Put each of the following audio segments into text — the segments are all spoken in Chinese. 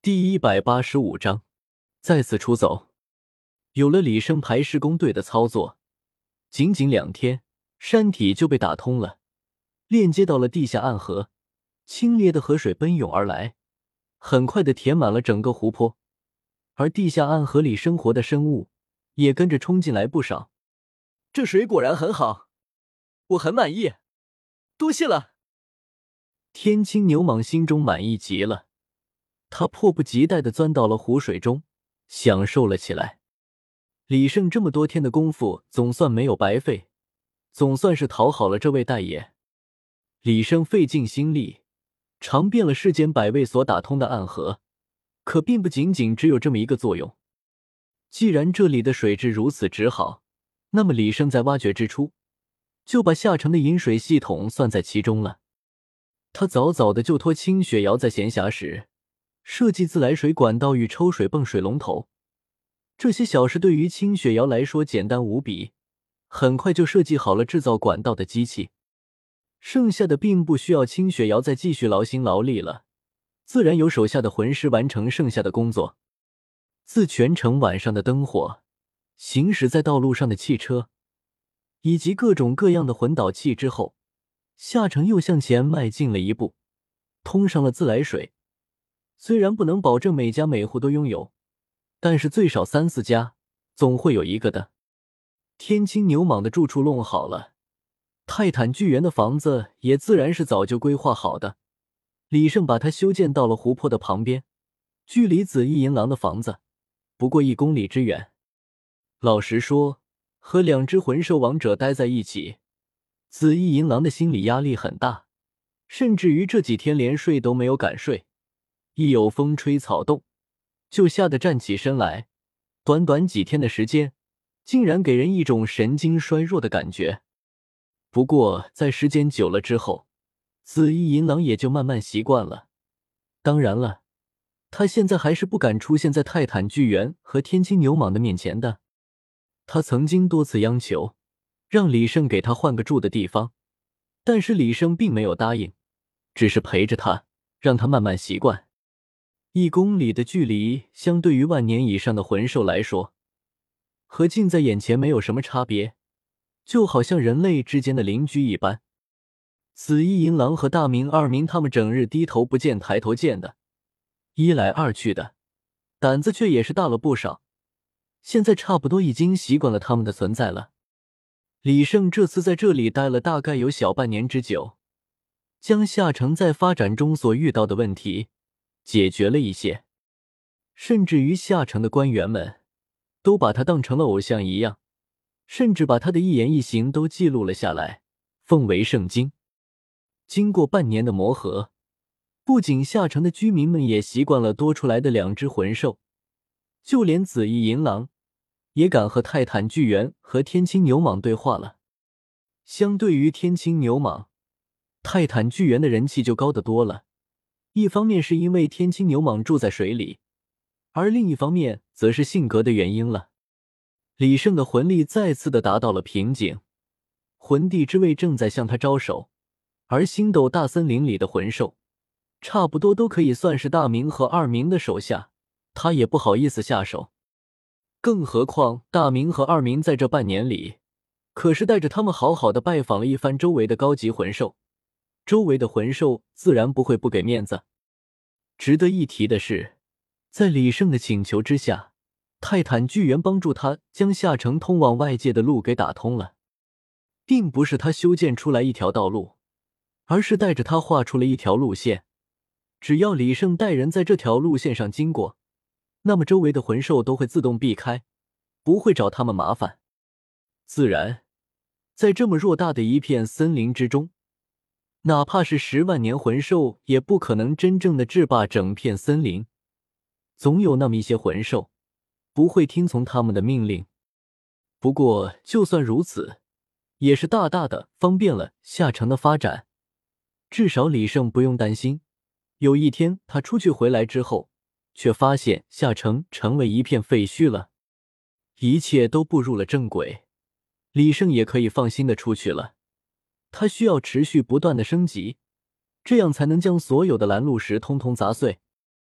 第185章再次出走。有了李胜排施工队的操作，仅仅2天，山体就被打通了，链接到了地下暗河，清冽的河水奔涌而来，很快的填满了整个湖泊，而地下暗河里生活的生物也跟着冲进来不少。 这水果然很好，我很满意，多谢了。 天青牛蟒心中满意极了，他迫不及待地钻到了湖水中，享受了起来。李胜这么多天的功夫总算没有白费，总算是讨好了这位大爷。李胜费尽心力，尝遍了世间百味所打通的暗河，可并不仅仅只有这么一个作用。既然这里的水质如此之好，那么李胜在挖掘之初就把下沉的引水系统算在其中了。他早早的就托清雪瑶在闲暇时设计自来水管道与抽水泵、水龙头，这些小事对于清雪瑶来说简单无比，很快就设计好了制造管道的机器。剩下的并不需要清雪瑶再继续劳心劳力了，自然由手下的魂师完成剩下的工作。自全城晚上的灯火、行驶在道路上的汽车以及各种各样的魂导器之后，夏城又向前迈进了一步，通上了自来水。虽然不能保证每家每户都拥有，但是最少3、4家总会有一个的。天青牛蟒的住处弄好了，泰坦巨猿的房子也自然是早就规划好的。李胜把它修建到了湖泊的旁边，距离紫翼银狼的房子不过1公里之远。老实说，和2只魂兽王者待在一起，紫翼银狼的心理压力很大，甚至于这几天连睡都没有敢睡，一有风吹草动就吓得站起身来，短短几天的时间竟然给人一种神经衰弱的感觉。不过在时间久了之后，紫翼银狼也就慢慢习惯了。当然了，他现在还是不敢出现在泰坦巨猿和天青牛蟒的面前的。他曾经多次央求让李胜给他换个住的地方，但是李胜并没有答应，只是陪着他，让他慢慢习惯。1公里的距离相对于万年以上的魂兽来说，和近在眼前没有什么差别，就好像人类之间的邻居一般。紫翼银狼和大明、二明他们整日低头不见抬头见的，一来二去的，胆子却也是大了不少，现在差不多已经习惯了他们的存在了。李胜这次在这里待了大概有小半年之久，将夏城在发展中所遇到的问题解决了一些，甚至于夏城的官员们都把他当成了偶像一样，甚至把他的一言一行都记录了下来，奉为圣经。经过半年的磨合，不仅夏城的居民们也习惯了多出来的2只魂兽，就连紫翼银狼也敢和泰坦巨猿和天青牛蟒对话了。相对于天青牛蟒，泰坦巨猿的人气就高得多了。一方面是因为天青牛蟒住在水里，而另一方面则是性格的原因了。李胜的魂力再次的达到了瓶颈，魂帝之位正在向他招手，而星斗大森林里的魂兽差不多都可以算是大明和二明的手下，他也不好意思下手。更何况大明和二明在这半年里可是带着他们好好的拜访了一番周围的高级魂兽，周围的魂兽自然不会不给面子。值得一提的是，在李胜的请求之下，泰坦巨猿帮助他将夏城通往外界的路给打通了，并不是他修建出来一条道路，而是带着他画出了一条路线。只要李胜带人在这条路线上经过，那么周围的魂兽都会自动避开，不会找他们麻烦。自然，在这么偌大的一片森林之中，哪怕是10万年魂兽也不可能真正的制霸整片森林，总有那么一些魂兽不会听从他们的命令。不过就算如此，也是大大的方便了夏城的发展，至少李胜不用担心有一天他出去回来之后，却发现夏城成为一片废墟了。一切都步入了正轨，李胜也可以放心的出去了。他需要持续不断的升级，这样才能将所有的拦路石通通砸碎。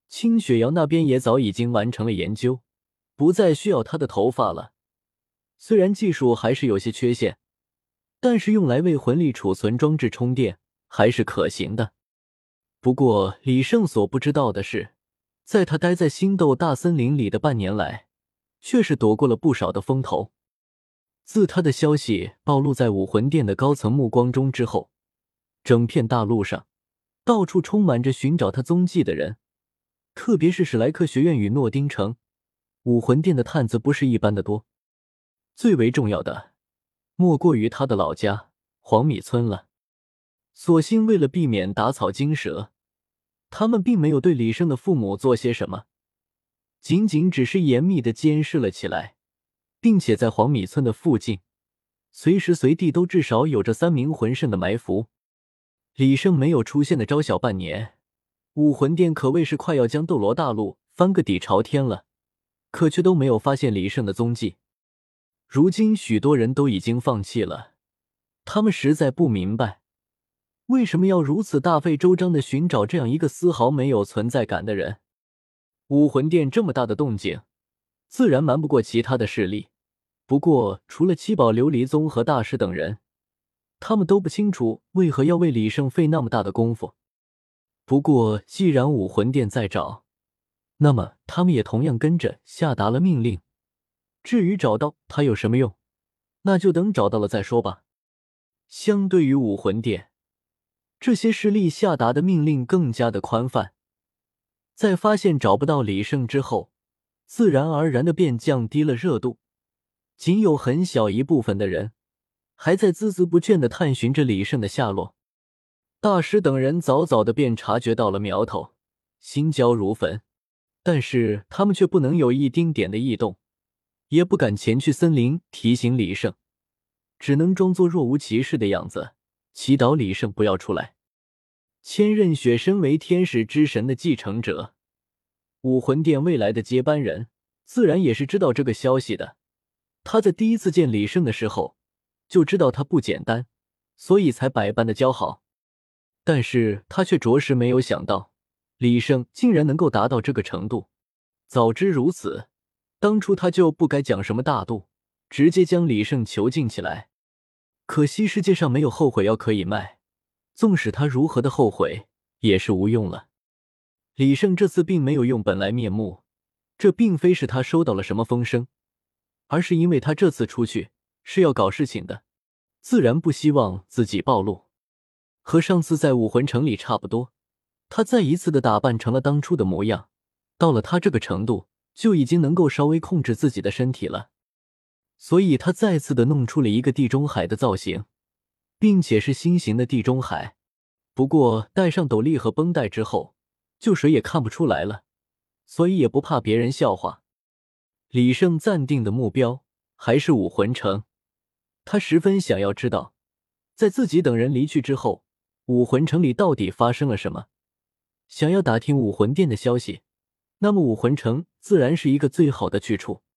清雪瑶那边也早已经完成了研究，不再需要他的头发了。虽然技术还是有些缺陷，但是用来为魂力储存装置充电还是可行的。不过李胜所不知道的是，在他待在星斗大森林里的半年来，却是躲过了不少的风头。自他的消息暴露在武魂殿的高层目光中之后，整片大陆上到处充满着寻找他踪迹的人，特别是史莱克学院与诺丁城，武魂殿的探子不是一般的多。最为重要的，莫过于他的老家黄米村了。所幸为了避免打草惊蛇，他们并没有对李胜的父母做些什么，仅仅只是严密地监视了起来，并且在黄米村的附近，随时随地都至少有着3名魂圣的埋伏。李胜没有出现的朝小半年，武魂殿可谓是快要将斗罗大陆翻个底朝天了，可却都没有发现李胜的踪迹。如今许多人都已经放弃了，他们实在不明白，为什么要如此大费周章地寻找这样一个丝毫没有存在感的人。武魂殿这么大的动静，自然瞒不过其他的势力，不过除了七宝琉璃宗和大师等人，他们都不清楚为何要为李胜费那么大的功夫。不过既然武魂殿在找，那么他们也同样跟着下达了命令。至于找到他有什么用，那就等找到了再说吧。相对于武魂殿，这些势力下达的命令更加的宽泛。在发现找不到李胜之后，自然而然的便降低了热度，仅有很小一部分的人还在孜孜不倦地探寻着李胜的下落。大师等人早早的便察觉到了苗头，心焦如焚，但是他们却不能有一丁点的异动，也不敢前去森林提醒李胜，只能装作若无其事的样子，祈祷李胜不要出来。千仞雪身为天使之神的继承者，武魂殿未来的接班人，自然也是知道这个消息的。他在第一次见李胜的时候就知道他不简单，所以才百般的交好。但是他却着实没有想到，李胜竟然能够达到这个程度。早知如此，当初他就不该讲什么大度，直接将李胜囚禁起来。可惜世界上没有后悔药可以卖，纵使他如何的后悔，也是无用了。李胜这次并没有用本来面目，这并非是他收到了什么风声，而是因为他这次出去是要搞事情的，自然不希望自己暴露。和上次在武魂城里差不多，他再一次的打扮成了当初的模样，到了他这个程度，就已经能够稍微控制自己的身体了。所以他再次的弄出了一个地中海的造型，并且是新型的地中海。不过戴上斗笠和绷带之后，就谁也看不出来了，所以也不怕别人笑话。李胜暂定的目标还是武魂城，他十分想要知道，在自己等人离去之后，武魂城里到底发生了什么。想要打听武魂殿的消息，那么武魂城自然是一个最好的去处。